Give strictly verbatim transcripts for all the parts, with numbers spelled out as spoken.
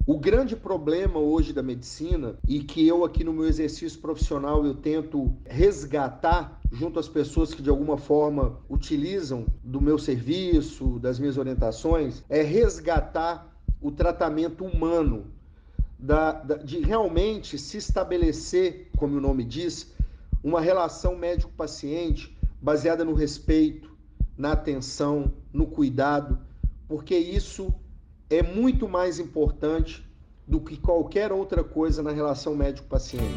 O grande problema hoje da medicina, e que eu aqui no meu exercício profissional eu tento resgatar junto às pessoas que de alguma forma utilizam do meu serviço, das minhas orientações, é resgatar o tratamento humano, da, da, de realmente se estabelecer, como o nome diz, uma relação médico-paciente baseada no respeito, na atenção, no cuidado, porque isso é muito mais importante do que qualquer outra coisa na relação médico-paciente.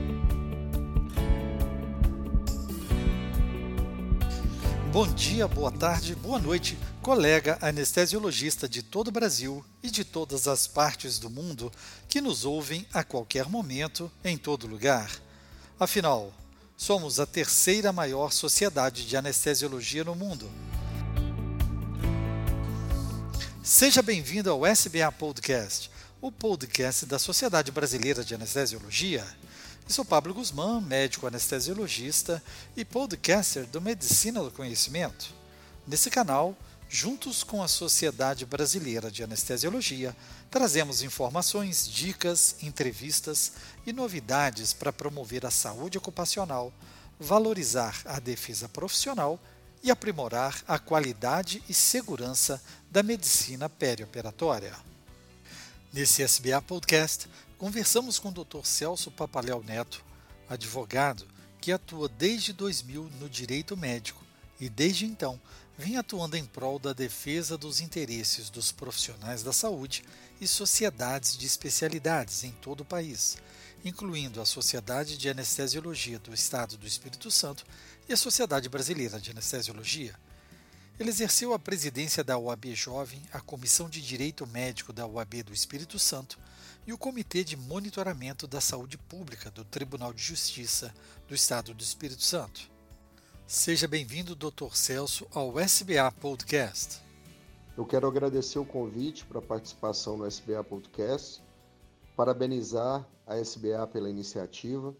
Bom dia, boa tarde, boa noite, colega anestesiologista de todo o Brasil e de todas as partes do mundo que nos ouvem a qualquer momento, em todo lugar. Afinal, somos a terceira maior sociedade de anestesiologia no mundo. Seja bem-vindo ao S B A Podcast, o podcast da Sociedade Brasileira de Anestesiologia. Eu sou Pablo Guzmán, médico anestesiologista e podcaster do Medicina do Conhecimento. Nesse canal, juntos com a Sociedade Brasileira de Anestesiologia, trazemos informações, dicas, entrevistas e novidades para promover a saúde ocupacional, valorizar a defesa profissional e aprimorar a qualidade e segurança da medicina perioperatória. Nesse S B A Podcast, conversamos com o doutor Celso Papaléu Neto, advogado que atua desde dois mil no direito médico e desde então vem atuando em prol da defesa dos interesses dos profissionais da saúde e sociedades de especialidades em todo o país, incluindo a Sociedade de Anestesiologia do Estado do Espírito Santo e a Sociedade Brasileira de Anestesiologia. Ele exerceu a presidência da O A B Jovem, a Comissão de Direito Médico da O A B do Espírito Santo e o Comitê de Monitoramento da Saúde Pública do Tribunal de Justiça do Estado do Espírito Santo. Seja bem-vindo, doutor Celso, ao S B A Podcast. Eu quero agradecer o convite para a participação no S B A Podcast, parabenizar a S B A pela iniciativa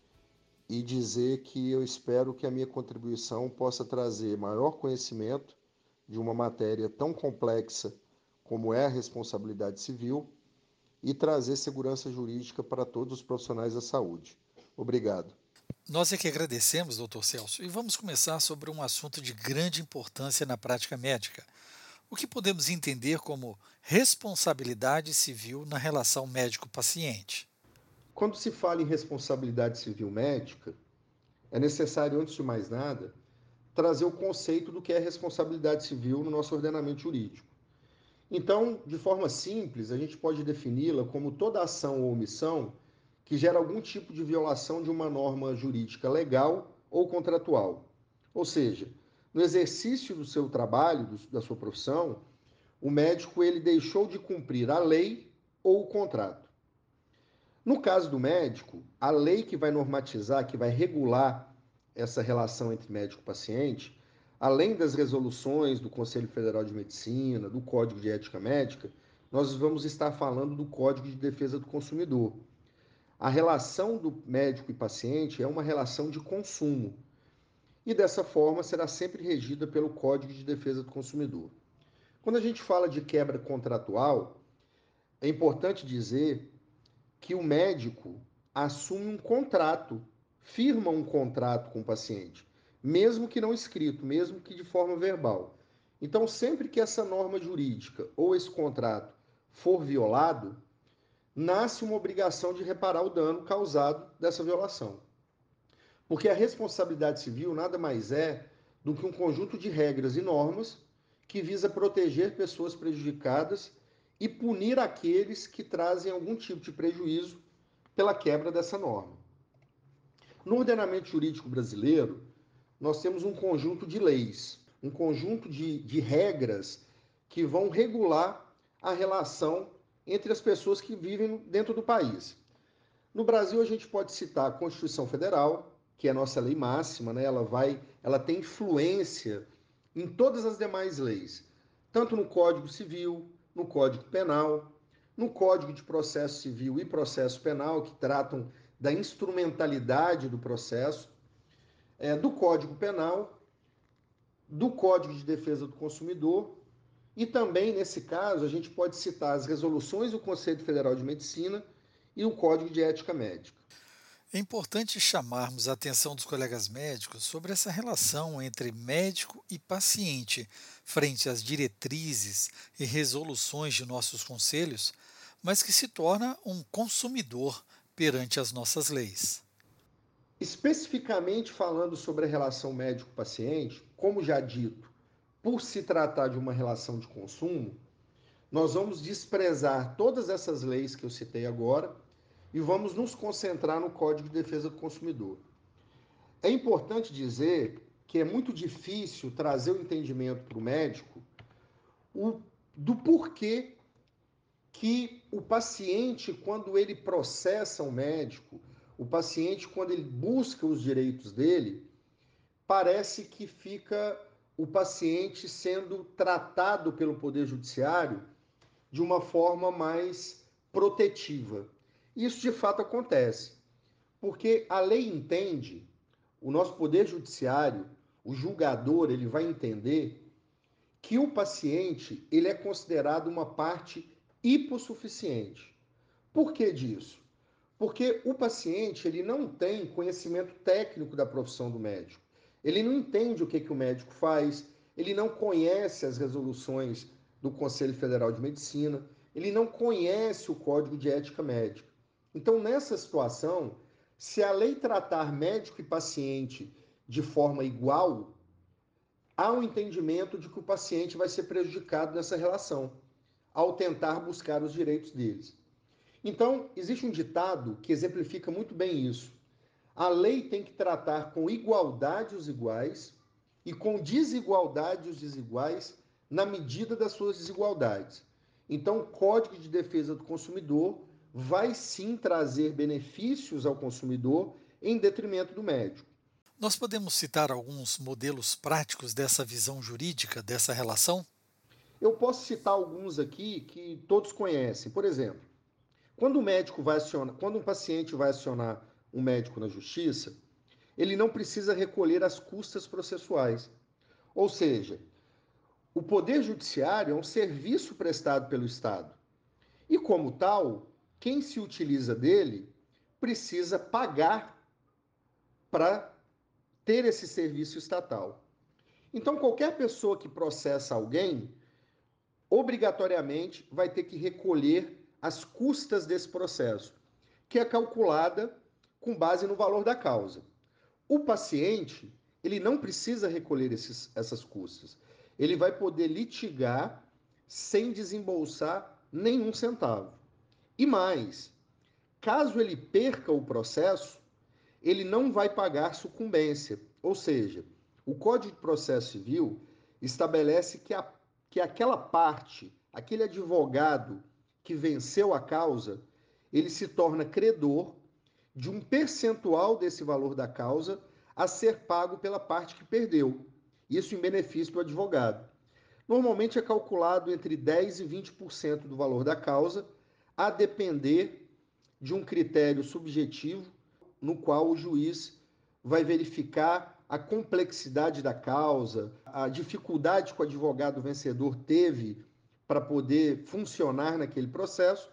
e dizer que eu espero que a minha contribuição possa trazer maior conhecimento de uma matéria tão complexa como é a responsabilidade civil e trazer segurança jurídica para todos os profissionais da saúde. Obrigado. Nós é que agradecemos, doutor Celso, e vamos começar sobre um assunto de grande importância na prática médica. O que podemos entender como responsabilidade civil na relação médico-paciente? Quando se fala em responsabilidade civil médica, é necessário, antes de mais nada, trazer o conceito do que é responsabilidade civil no nosso ordenamento jurídico. Então, de forma simples, a gente pode defini-la como toda ação ou omissão que gera algum tipo de violação de uma norma jurídica legal ou contratual. Ou seja, no exercício do seu trabalho, do, da sua profissão, o médico ele deixou de cumprir a lei ou o contrato. No caso do médico, a lei que vai normatizar, que vai regular essa relação entre médico e paciente, além das resoluções do Conselho Federal de Medicina, do Código de Ética Médica, nós vamos estar falando do Código de Defesa do Consumidor. A relação do médico e paciente é uma relação de consumo e, dessa forma, será sempre regida pelo Código de Defesa do Consumidor. Quando a gente fala de quebra contratual, é importante dizer que o médico assume um contrato, firma um contrato com o paciente, mesmo que não escrito, mesmo que de forma verbal. Então, sempre que essa norma jurídica ou esse contrato for violado, nasce uma obrigação de reparar o dano causado dessa violação. Porque a responsabilidade civil nada mais é do que um conjunto de regras e normas que visa proteger pessoas prejudicadas e punir aqueles que trazem algum tipo de prejuízo pela quebra dessa norma. No ordenamento jurídico brasileiro, nós temos um conjunto de leis, um conjunto de, de regras que vão regular a relação entre as pessoas que vivem dentro do país. No Brasil, a gente pode citar a Constituição Federal, que é a nossa lei máxima, né? Ela vai, ela tem influência em todas as demais leis, tanto no Código Civil, no Código Penal, no Código de Processo Civil e Processo Penal, que tratam da instrumentalidade do processo, é, do Código Penal, do Código de Defesa do Consumidor E também, nesse caso, a gente pode citar as resoluções do Conselho Federal de Medicina e o Código de Ética Médica. É importante chamarmos a atenção dos colegas médicos sobre essa relação entre médico e paciente frente às diretrizes e resoluções de nossos conselhos, mas que se torna um consumidor perante as nossas leis. Especificamente falando sobre a relação médico-paciente, como já dito, por se tratar de uma relação de consumo, nós vamos desprezar todas essas leis que eu citei agora e vamos nos concentrar no Código de Defesa do Consumidor. É importante dizer que é muito difícil trazer o entendimento para o médico o, do porquê que o paciente, quando ele processa o médico, o paciente, quando ele busca os direitos dele, parece que fica o paciente sendo tratado pelo Poder Judiciário de uma forma mais protetiva. Isso de fato acontece, porque a lei entende, o nosso Poder Judiciário, o julgador, ele vai entender que o paciente ele é considerado uma parte hipossuficiente. Por que disso? Porque o paciente ele não tem conhecimento técnico da profissão do médico. Ele não entende o que, que o médico faz, ele não conhece as resoluções do Conselho Federal de Medicina, ele não conhece o Código de Ética Médica. Então, nessa situação, se a lei tratar médico e paciente de forma igual, há um entendimento de que o paciente vai ser prejudicado nessa relação, ao tentar buscar os direitos deles. Então, existe um ditado que exemplifica muito bem isso. A lei tem que tratar com igualdade os iguais e com desigualdade os desiguais na medida das suas desigualdades. Então, o Código de Defesa do Consumidor vai sim trazer benefícios ao consumidor em detrimento do médico. Nós podemos citar alguns modelos práticos dessa visão jurídica, dessa relação? Eu posso citar alguns aqui que todos conhecem. Por exemplo, quando o médico vai acionar, quando um paciente vai acionar um médico na justiça, ele não precisa recolher as custas processuais. Ou seja, o Poder Judiciário é um serviço prestado pelo Estado. E, como tal, quem se utiliza dele precisa pagar para ter esse serviço estatal. Então, qualquer pessoa que processa alguém, obrigatoriamente vai ter que recolher as custas desse processo, que é calculada com base no valor da causa. O paciente, ele não precisa recolher esses, essas custas. Ele vai poder litigar sem desembolsar nenhum centavo. E mais, caso ele perca o processo, ele não vai pagar sucumbência. Ou seja, o Código de Processo Civil estabelece que, a, que aquela parte, aquele advogado que venceu a causa, ele se torna credor de um percentual desse valor da causa a ser pago pela parte que perdeu. Isso em benefício do advogado. Normalmente é calculado entre dez e vinte por cento do valor da causa, a depender de um critério subjetivo no qual o juiz vai verificar a complexidade da causa, a dificuldade que o advogado vencedor teve para poder funcionar naquele processo.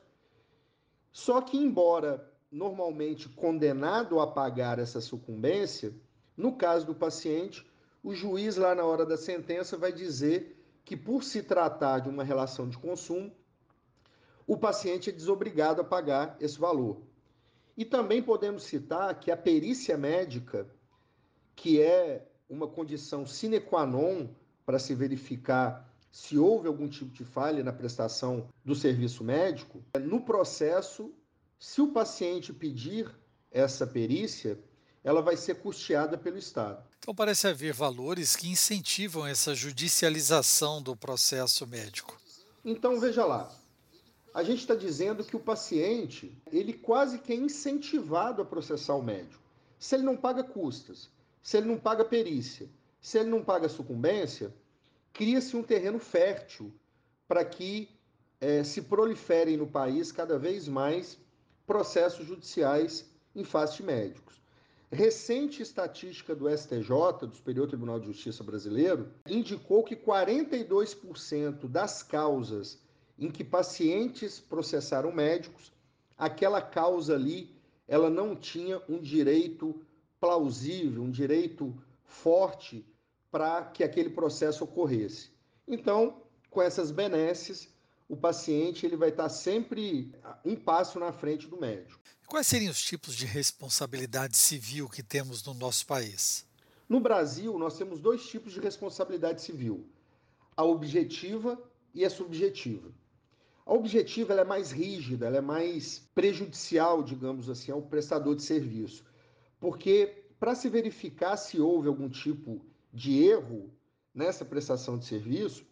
Só que, embora normalmente condenado a pagar essa sucumbência, no caso do paciente, o juiz lá na hora da sentença vai dizer que, por se tratar de uma relação de consumo, o paciente é desobrigado a pagar esse valor. E também podemos citar que a perícia médica, que é uma condição sine qua non para se verificar se houve algum tipo de falha na prestação do serviço médico, no processo, se o paciente pedir essa perícia, ela vai ser custeada pelo Estado. Então parece haver valores que incentivam essa judicialização do processo médico. Então veja lá, a gente está dizendo que o paciente, ele quase que é incentivado a processar o médico. Se ele não paga custas, se ele não paga perícia, se ele não paga sucumbência, cria-se um terreno fértil para que eh, se proliferem no país cada vez mais processos judiciais em face de médicos. Recente estatística do S T J, do Superior Tribunal de Justiça brasileiro, indicou que quarenta e dois por cento das causas em que pacientes processaram médicos, aquela causa ali, ela não tinha um direito plausível, um direito forte para que aquele processo ocorresse. Então, com essas benesses, o paciente ele vai estar sempre um passo na frente do médico. Quais seriam os tipos de responsabilidade civil que temos no nosso país? No Brasil, nós temos dois tipos de responsabilidade civil: a objetiva e a subjetiva. A objetiva ela é mais rígida, ela é mais prejudicial, digamos assim, ao prestador de serviço, porque para se verificar se houve algum tipo de erro nessa prestação de serviço,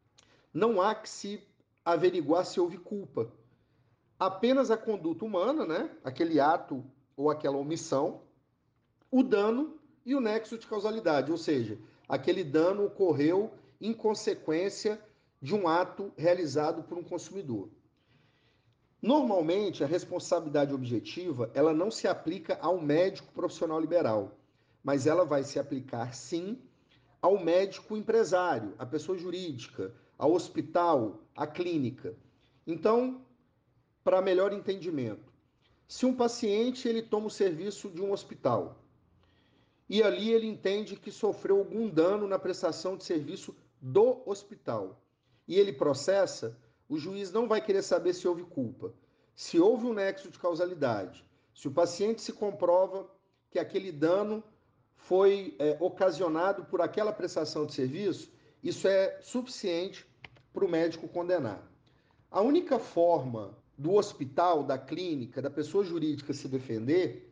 não há que se averiguar se houve culpa. Apenas a conduta humana, né? Aquele ato ou aquela omissão, o dano e o nexo de causalidade, ou seja, aquele dano ocorreu em consequência de um ato realizado por um consumidor. Normalmente, a responsabilidade objetiva, ela não se aplica ao médico profissional liberal, mas ela vai se aplicar sim ao médico empresário, à pessoa jurídica, ao hospital, à clínica. Então, para melhor entendimento, se um paciente ele toma o serviço de um hospital e ali ele entende que sofreu algum dano na prestação de serviço do hospital e ele processa, o juiz não vai querer saber se houve culpa, se houve um nexo de causalidade, se o paciente se comprova que aquele dano foi é, ocasionado por aquela prestação de serviço, isso é suficiente para o médico condenar. A única forma do hospital, da clínica, da pessoa jurídica se defender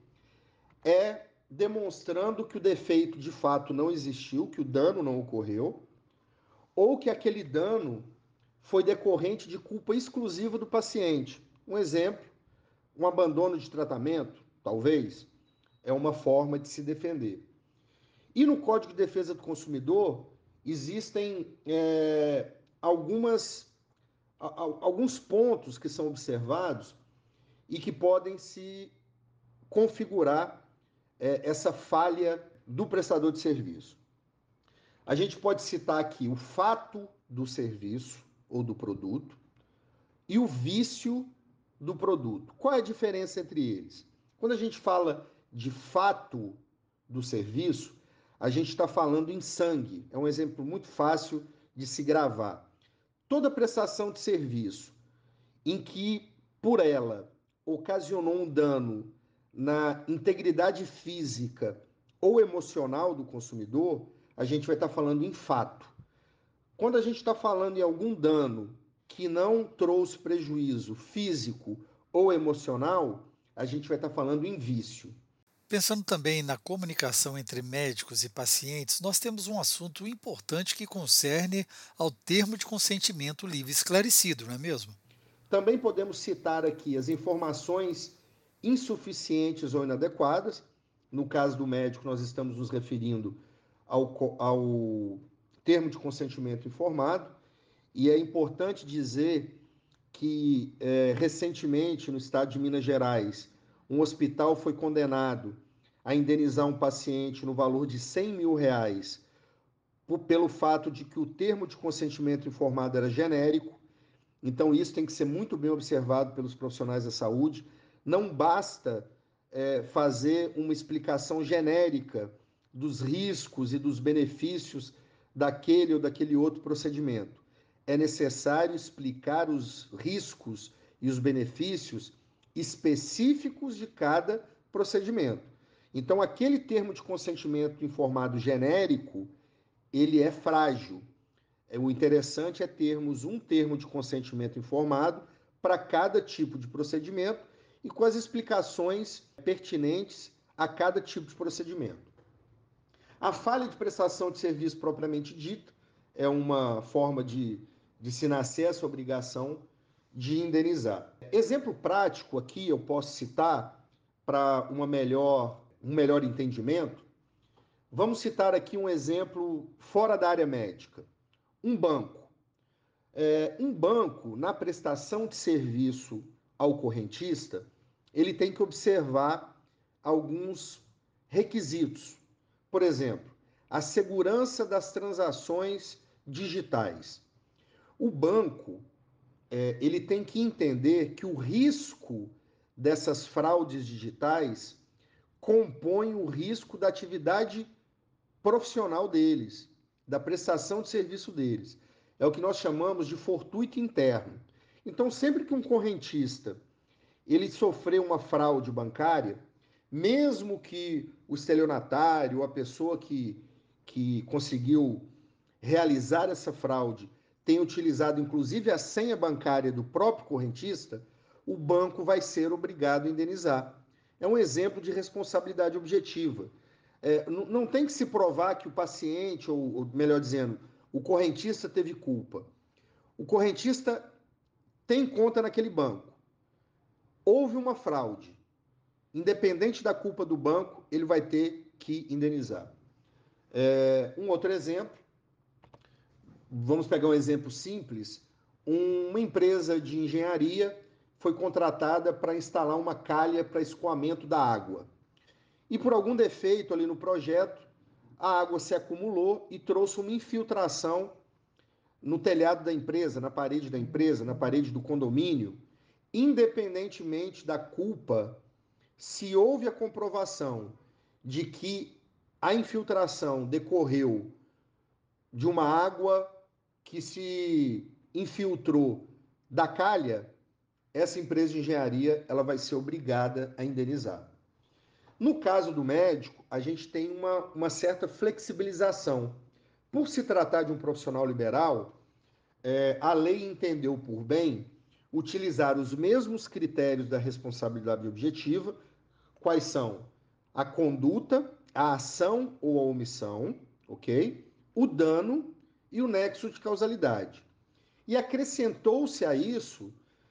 é demonstrando que o defeito de fato não existiu, que o dano não ocorreu, ou que aquele dano foi decorrente de culpa exclusiva do paciente. Um exemplo, um abandono de tratamento, talvez, é uma forma de se defender. E no Código de Defesa do Consumidor existem é, algumas, a, a, alguns pontos que são observados e que podem se configurar é, essa falha do prestador de serviço. A gente pode citar aqui o fato do serviço ou do produto e o vício do produto. Qual é a diferença entre eles? Quando a gente fala de fato do serviço, a gente está falando em sangue. É um exemplo muito fácil de se gravar. Toda prestação de serviço em que, por ela, ocasionou um dano na integridade física ou emocional do consumidor, a gente vai estar falando em fato. Quando a gente está falando em algum dano que não trouxe prejuízo físico ou emocional, a gente vai estar falando em vício. Pensando também na comunicação entre médicos e pacientes, nós temos um assunto importante que concerne ao termo de consentimento livre e esclarecido, não é mesmo? Também podemos citar aqui as informações insuficientes ou inadequadas. No caso do médico, nós estamos nos referindo ao, ao termo de consentimento informado, e é importante dizer que é, recentemente, no estado de Minas Gerais, um hospital foi condenado a indenizar um paciente no valor de cem mil reais por, pelo fato de que o termo de consentimento informado era genérico. Então, isso tem que ser muito bem observado pelos profissionais da saúde. Não basta é, fazer uma explicação genérica dos riscos e dos benefícios daquele ou daquele outro procedimento. É necessário explicar os riscos e os benefícios específicos de cada procedimento. Então, aquele termo de consentimento informado genérico, ele é frágil. O interessante é termos um termo de consentimento informado para cada tipo de procedimento e com as explicações pertinentes a cada tipo de procedimento. A falha de prestação de serviço propriamente dita é uma forma de, de se nascer essa obrigação de indenizar. Exemplo prático aqui eu posso citar para uma melhor, um melhor entendimento. Vamos citar aqui um exemplo fora da área médica. Um banco. É, um banco, na prestação de serviço ao correntista, ele tem que observar alguns requisitos. Por exemplo, a segurança das transações digitais. O banco é, ele tem que entender que o risco dessas fraudes digitais compõe o risco da atividade profissional deles, da prestação de serviço deles. É o que nós chamamos de fortuito interno. Então, sempre que um correntista ele sofreu uma fraude bancária, mesmo que o estelionatário, a pessoa que, que conseguiu realizar essa fraude, tenha utilizado inclusive a senha bancária do próprio correntista, o banco vai ser obrigado a indenizar. É um exemplo de responsabilidade objetiva. É, não tem que se provar que o paciente, ou, ou melhor dizendo, o correntista teve culpa. O correntista tem conta naquele banco. Houve uma fraude. Independente da culpa do banco, ele vai ter que indenizar. É, um outro exemplo, vamos pegar um exemplo simples. Uma empresa de engenharia foi contratada para instalar uma calha para escoamento da água. E por algum defeito ali no projeto, a água se acumulou e trouxe uma infiltração no telhado da empresa, na parede da empresa, na parede do condomínio. Independentemente da culpa, se houve a comprovação de que a infiltração decorreu de uma água que se infiltrou da calha, essa empresa de engenharia ela vai ser obrigada a indenizar. No caso do médico, a gente tem uma, uma certa flexibilização. Por se tratar de um profissional liberal, é, a lei entendeu por bem utilizar os mesmos critérios da responsabilidade objetiva, quais são a conduta, a ação ou a omissão, ok? O dano e o nexo de causalidade. E acrescentou-se a isso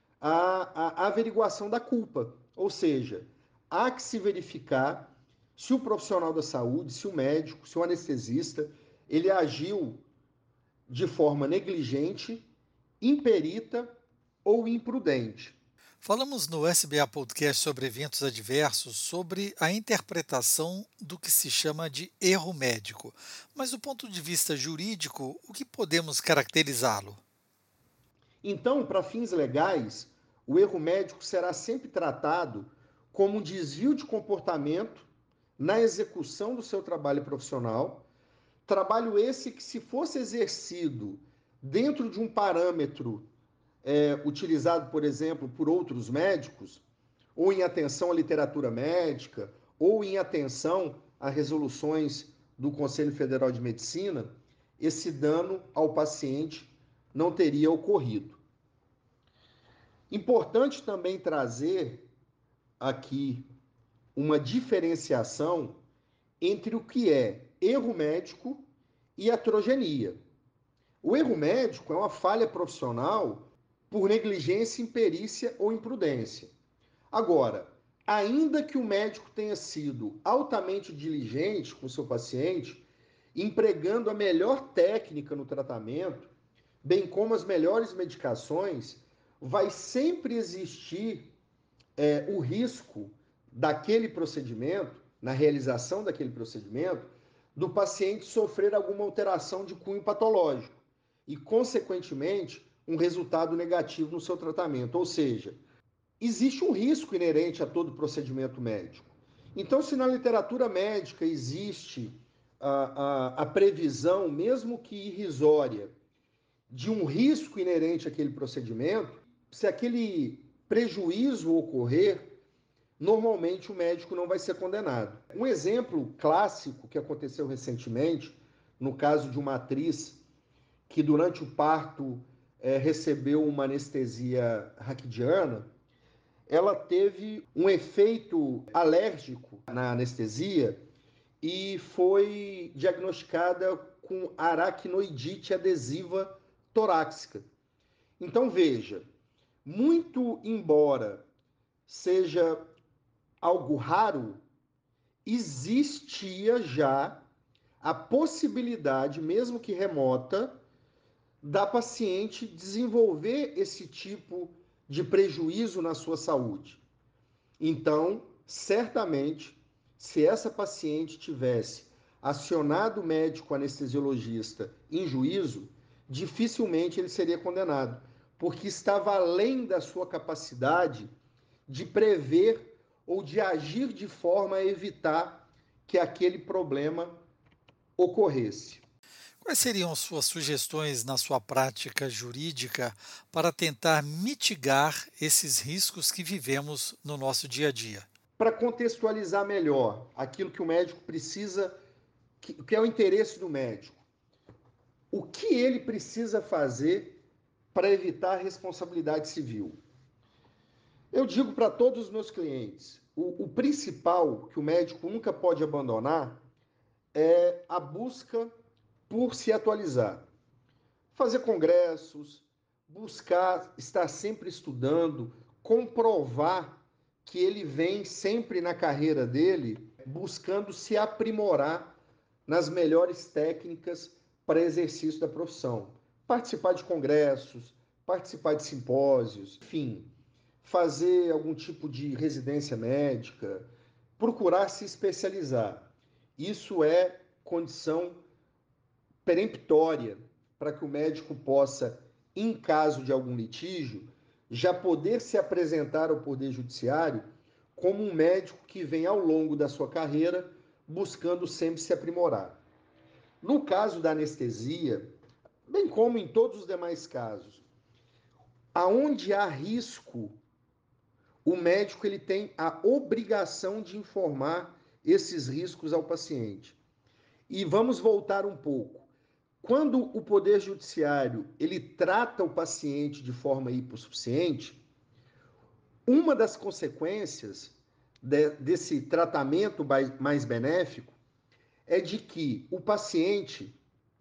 a, a averiguação da culpa, ou seja, há que se verificar se o profissional da saúde, se o médico, se o anestesista, ele agiu de forma negligente, imperita ou imprudente. Falamos no S B A Podcast sobre eventos adversos, sobre a interpretação do que se chama de erro médico. Mas do ponto de vista jurídico, o que podemos caracterizá-lo? Então, para fins legais, o erro médico será sempre tratado como um desvio de comportamento na execução do seu trabalho profissional, trabalho esse que, se fosse exercido dentro de um parâmetro é, utilizado, por exemplo, por outros médicos, ou em atenção à literatura médica, ou em atenção a resoluções do Conselho Federal de Medicina, esse dano ao paciente não teria ocorrido. Importante também trazer aqui uma diferenciação entre o que é erro médico e atrogenia. O erro médico é uma falha profissional por negligência, imperícia ou imprudência. Agora, ainda que o médico tenha sido altamente diligente com o seu paciente, empregando a melhor técnica no tratamento, bem como as melhores medicações, vai sempre existir é, o risco daquele procedimento, na realização daquele procedimento, do paciente sofrer alguma alteração de cunho patológico e, consequentemente, um resultado negativo no seu tratamento. Ou seja, existe um risco inerente a todo procedimento médico. Então, se na literatura médica existe a, a, a previsão, mesmo que irrisória, de um risco inerente àquele procedimento, se aquele prejuízo ocorrer, normalmente o médico não vai ser condenado. Um exemplo clássico que aconteceu recentemente, no caso de uma atriz que durante o parto é, recebeu uma anestesia raquidiana, ela teve um efeito alérgico na anestesia e foi diagnosticada com aracnoidite adesiva torácica. Então veja, muito embora seja algo raro, existia já a possibilidade, mesmo que remota, da paciente desenvolver esse tipo de prejuízo na sua saúde. Então, certamente, se essa paciente tivesse acionado o médico anestesiologista em juízo, dificilmente ele seria condenado, porque estava além da sua capacidade de prever ou de agir de forma a evitar que aquele problema ocorresse. Quais seriam as suas sugestões na sua prática jurídica para tentar mitigar esses riscos que vivemos no nosso dia a dia? Para contextualizar melhor aquilo que o médico precisa, que, que é o interesse do médico, o que ele precisa fazer para evitar a responsabilidade civil? Eu digo para todos os meus clientes, o, o principal que o médico nunca pode abandonar é a busca por se atualizar. Fazer congressos, buscar estar sempre estudando, comprovar que ele vem sempre na carreira dele buscando se aprimorar nas melhores técnicas para exercício da profissão. Participar de congressos, participar de simpósios, enfim, fazer algum tipo de residência médica, procurar se especializar. Isso é condição peremptória para que o médico possa, em caso de algum litígio, já poder se apresentar ao Poder Judiciário como um médico que vem ao longo da sua carreira buscando sempre se aprimorar. No caso da anestesia, bem como em todos os demais casos, aonde há risco, o médico ele tem a obrigação de informar esses riscos ao paciente. E vamos voltar um pouco. Quando o Poder Judiciário ele trata o paciente de forma hipossuficiente, uma das consequências de, desse tratamento mais benéfico é de que o paciente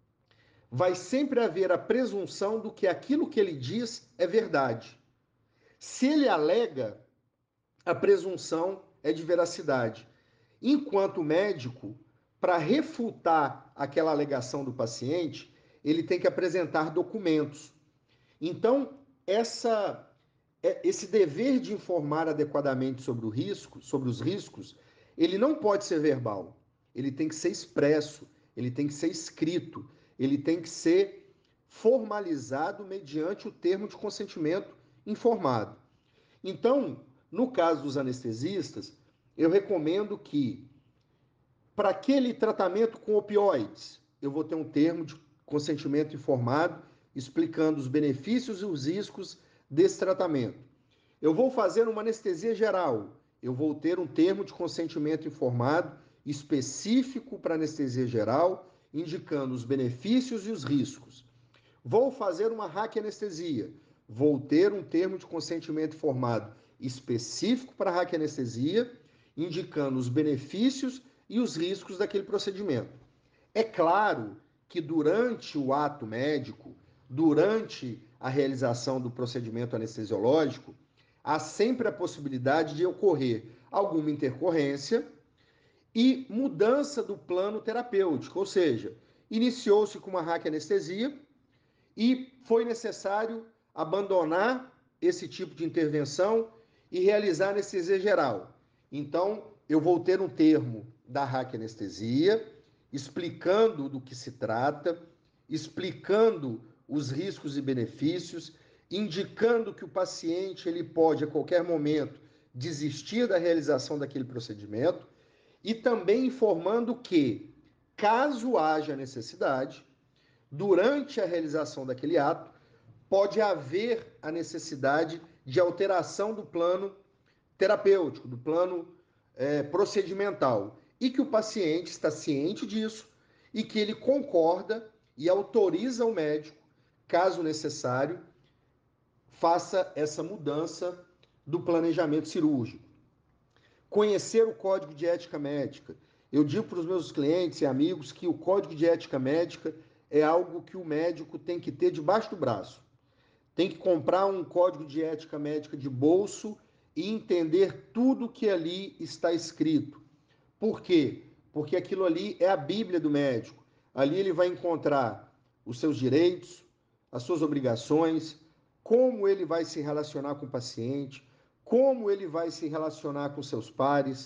vai sempre haver a presunção do que aquilo que ele diz é verdade. Se ele alega, a presunção é de veracidade. Enquanto médico, para refutar aquela alegação do paciente, ele tem que apresentar documentos. Então, essa, esse dever de informar adequadamente sobre o risco, sobre os riscos, ele não pode ser verbal. Ele tem que ser expresso, ele tem que ser escrito, ele tem que ser formalizado mediante o termo de consentimento informado. Então, no caso dos anestesistas, eu recomendo que, para aquele tratamento com opioides, eu vou ter um termo de consentimento informado explicando os benefícios e os riscos desse tratamento. Eu vou fazer uma anestesia geral, eu vou ter um termo de consentimento informado específico para anestesia geral, indicando os benefícios e os riscos. Vou fazer uma raquianestesia, vou ter um termo de consentimento informado específico para a raquianestesia, indicando os benefícios e os riscos daquele procedimento. É claro que durante o ato médico, durante a realização do procedimento anestesiológico, há sempre a possibilidade de ocorrer alguma intercorrência e mudança do plano terapêutico, ou seja, iniciou-se com uma raquianestesia e foi necessário abandonar esse tipo de intervenção e realizar anestesia geral. Então, eu vou ter um termo da raquianestesia, explicando do que se trata, explicando os riscos e benefícios, indicando que o paciente ele pode, a qualquer momento, desistir da realização daquele procedimento e também informando que, caso haja necessidade, durante a realização daquele ato, pode haver a necessidade de alteração do plano terapêutico, do plano é, procedimental, e que o paciente está ciente disso e que ele concorda e autoriza o médico, caso necessário, faça essa mudança do planejamento cirúrgico. Conhecer o Código de Ética Médica. Eu digo para os meus clientes e amigos que o Código de Ética Médica é algo que o médico tem que ter debaixo do braço. Tem que comprar um Código de Ética Médica de bolso e entender tudo que ali está escrito. Por quê? Porque aquilo ali é a Bíblia do médico. Ali ele vai encontrar os seus direitos, as suas obrigações, como ele vai se relacionar com o paciente, como ele vai se relacionar com seus pares,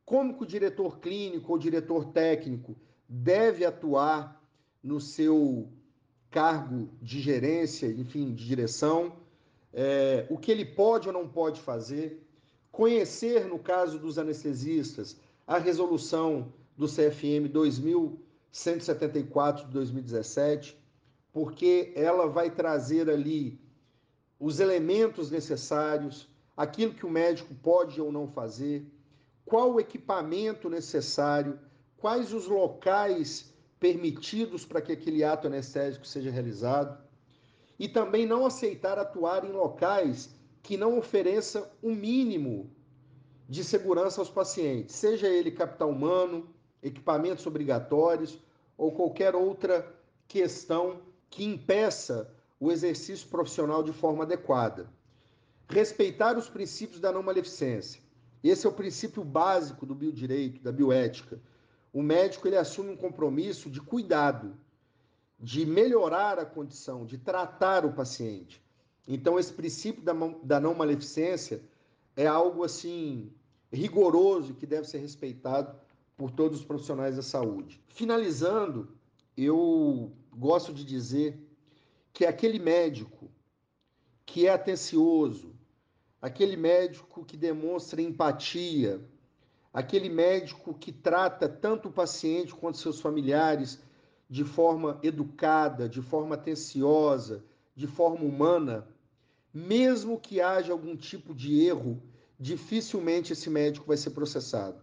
como que o diretor clínico ou diretor técnico deve atuar no seu cargo de gerência, enfim, de direção, é, o que ele pode ou não pode fazer, conhecer, no caso dos anestesistas, a resolução do C F M dois mil cento e setenta e quatro de dois mil e dezessete, porque ela vai trazer ali os elementos necessários, aquilo que o médico pode ou não fazer, qual o equipamento necessário, quais os locais permitidos para que aquele ato anestésico seja realizado, e também não aceitar atuar em locais que não ofereçam o um mínimo de segurança aos pacientes, seja ele capital humano, equipamentos obrigatórios ou qualquer outra questão que impeça o exercício profissional de forma adequada. Respeitar os princípios da não maleficência. Esse é o princípio básico do biodireito, da bioética. O médico ele assume um compromisso de cuidado, de melhorar a condição, de tratar o paciente. Então, esse princípio da, da não maleficência é algo assim rigoroso que deve ser respeitado por todos os profissionais da saúde. Finalizando, eu gosto de dizer que aquele médico que é atencioso, aquele médico que demonstra empatia, aquele médico que trata tanto o paciente quanto seus familiares de forma educada, de forma atenciosa, de forma humana, mesmo que haja algum tipo de erro, dificilmente esse médico vai ser processado.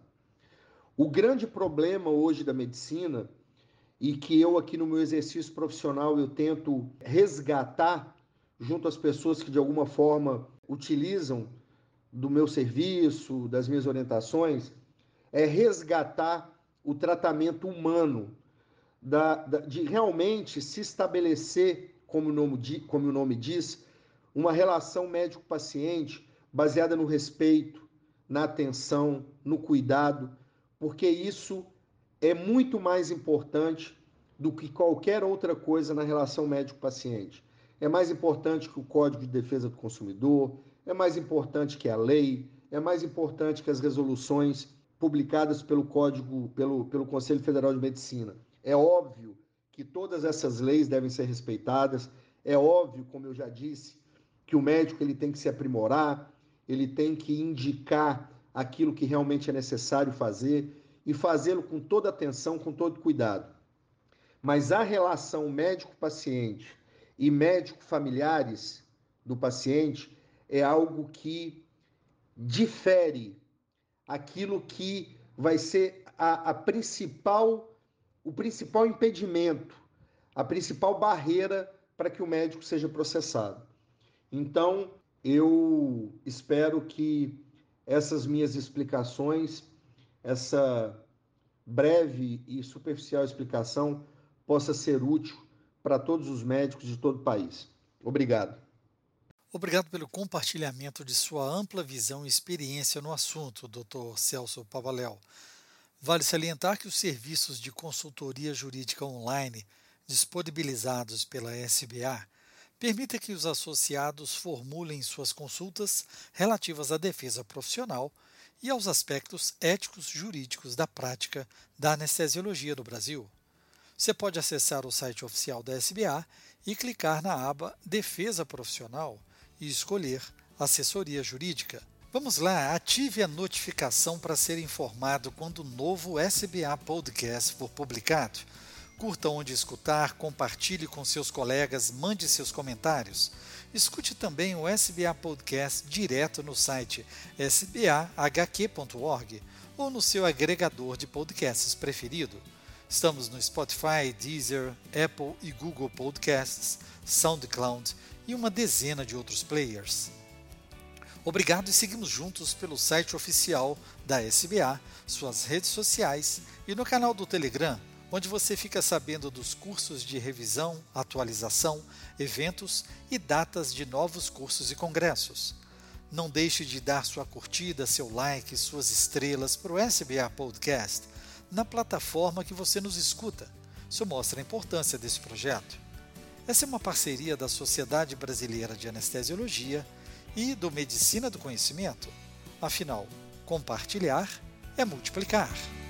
O grande problema hoje da medicina, e que eu aqui no meu exercício profissional eu tento resgatar junto às pessoas que de alguma forma utilizam do meu serviço, das minhas orientações, é resgatar o tratamento humano, da, da, de realmente se estabelecer, como o, nome, como o nome diz, uma relação médico-paciente baseada no respeito, na atenção, no cuidado, porque isso é muito mais importante do que qualquer outra coisa na relação médico-paciente. É mais importante que o Código de Defesa do Consumidor, é mais importante que a lei, é mais importante que as resoluções publicadas pelo Código, pelo, pelo Conselho Federal de Medicina. É óbvio que todas essas leis devem ser respeitadas, é óbvio, como eu já disse, que o médico ele tem que se aprimorar, ele tem que indicar aquilo que realmente é necessário fazer e fazê-lo com toda atenção, com todo cuidado. Mas a relação médico-paciente e médico-familiares do paciente é algo que difere aquilo que vai ser a, a principal, o principal impedimento, a principal barreira para que o médico seja processado. Então, eu espero que essas minhas explicações, essa breve e superficial explicação, possa ser útil para todos os médicos de todo o país. Obrigado. Obrigado pelo compartilhamento de sua ampla visão e experiência no assunto, doutor Celso Papaléu. Vale salientar que os serviços de consultoria jurídica online disponibilizados pela S B A permitem que os associados formulem suas consultas relativas à defesa profissional e aos aspectos éticos jurídicos da prática da anestesiologia no Brasil. Você pode acessar o site oficial da S B A e clicar na aba Defesa Profissional e escolher Assessoria Jurídica. Vamos lá, ative a notificação para ser informado quando o novo S B A Podcast for publicado. Curta onde escutar, compartilhe com seus colegas, mande seus comentários. Escute também o S B A Podcast direto no site s b a h q ponto org ou no seu agregador de podcasts preferido. Estamos no Spotify, Deezer, Apple e Google Podcasts, SoundCloud e uma dezena de outros players. Obrigado e seguimos juntos pelo site oficial da S B A, suas redes sociais e no canal do Telegram, onde você fica sabendo dos cursos de revisão, atualização, eventos e datas de novos cursos e congressos. Não deixe de dar sua curtida, seu like, suas estrelas para o S B A Podcast na plataforma que você nos escuta. Isso mostra a importância desse projeto. Essa é uma parceria da Sociedade Brasileira de Anestesiologia e do Medicina do Conhecimento. Afinal, compartilhar é multiplicar.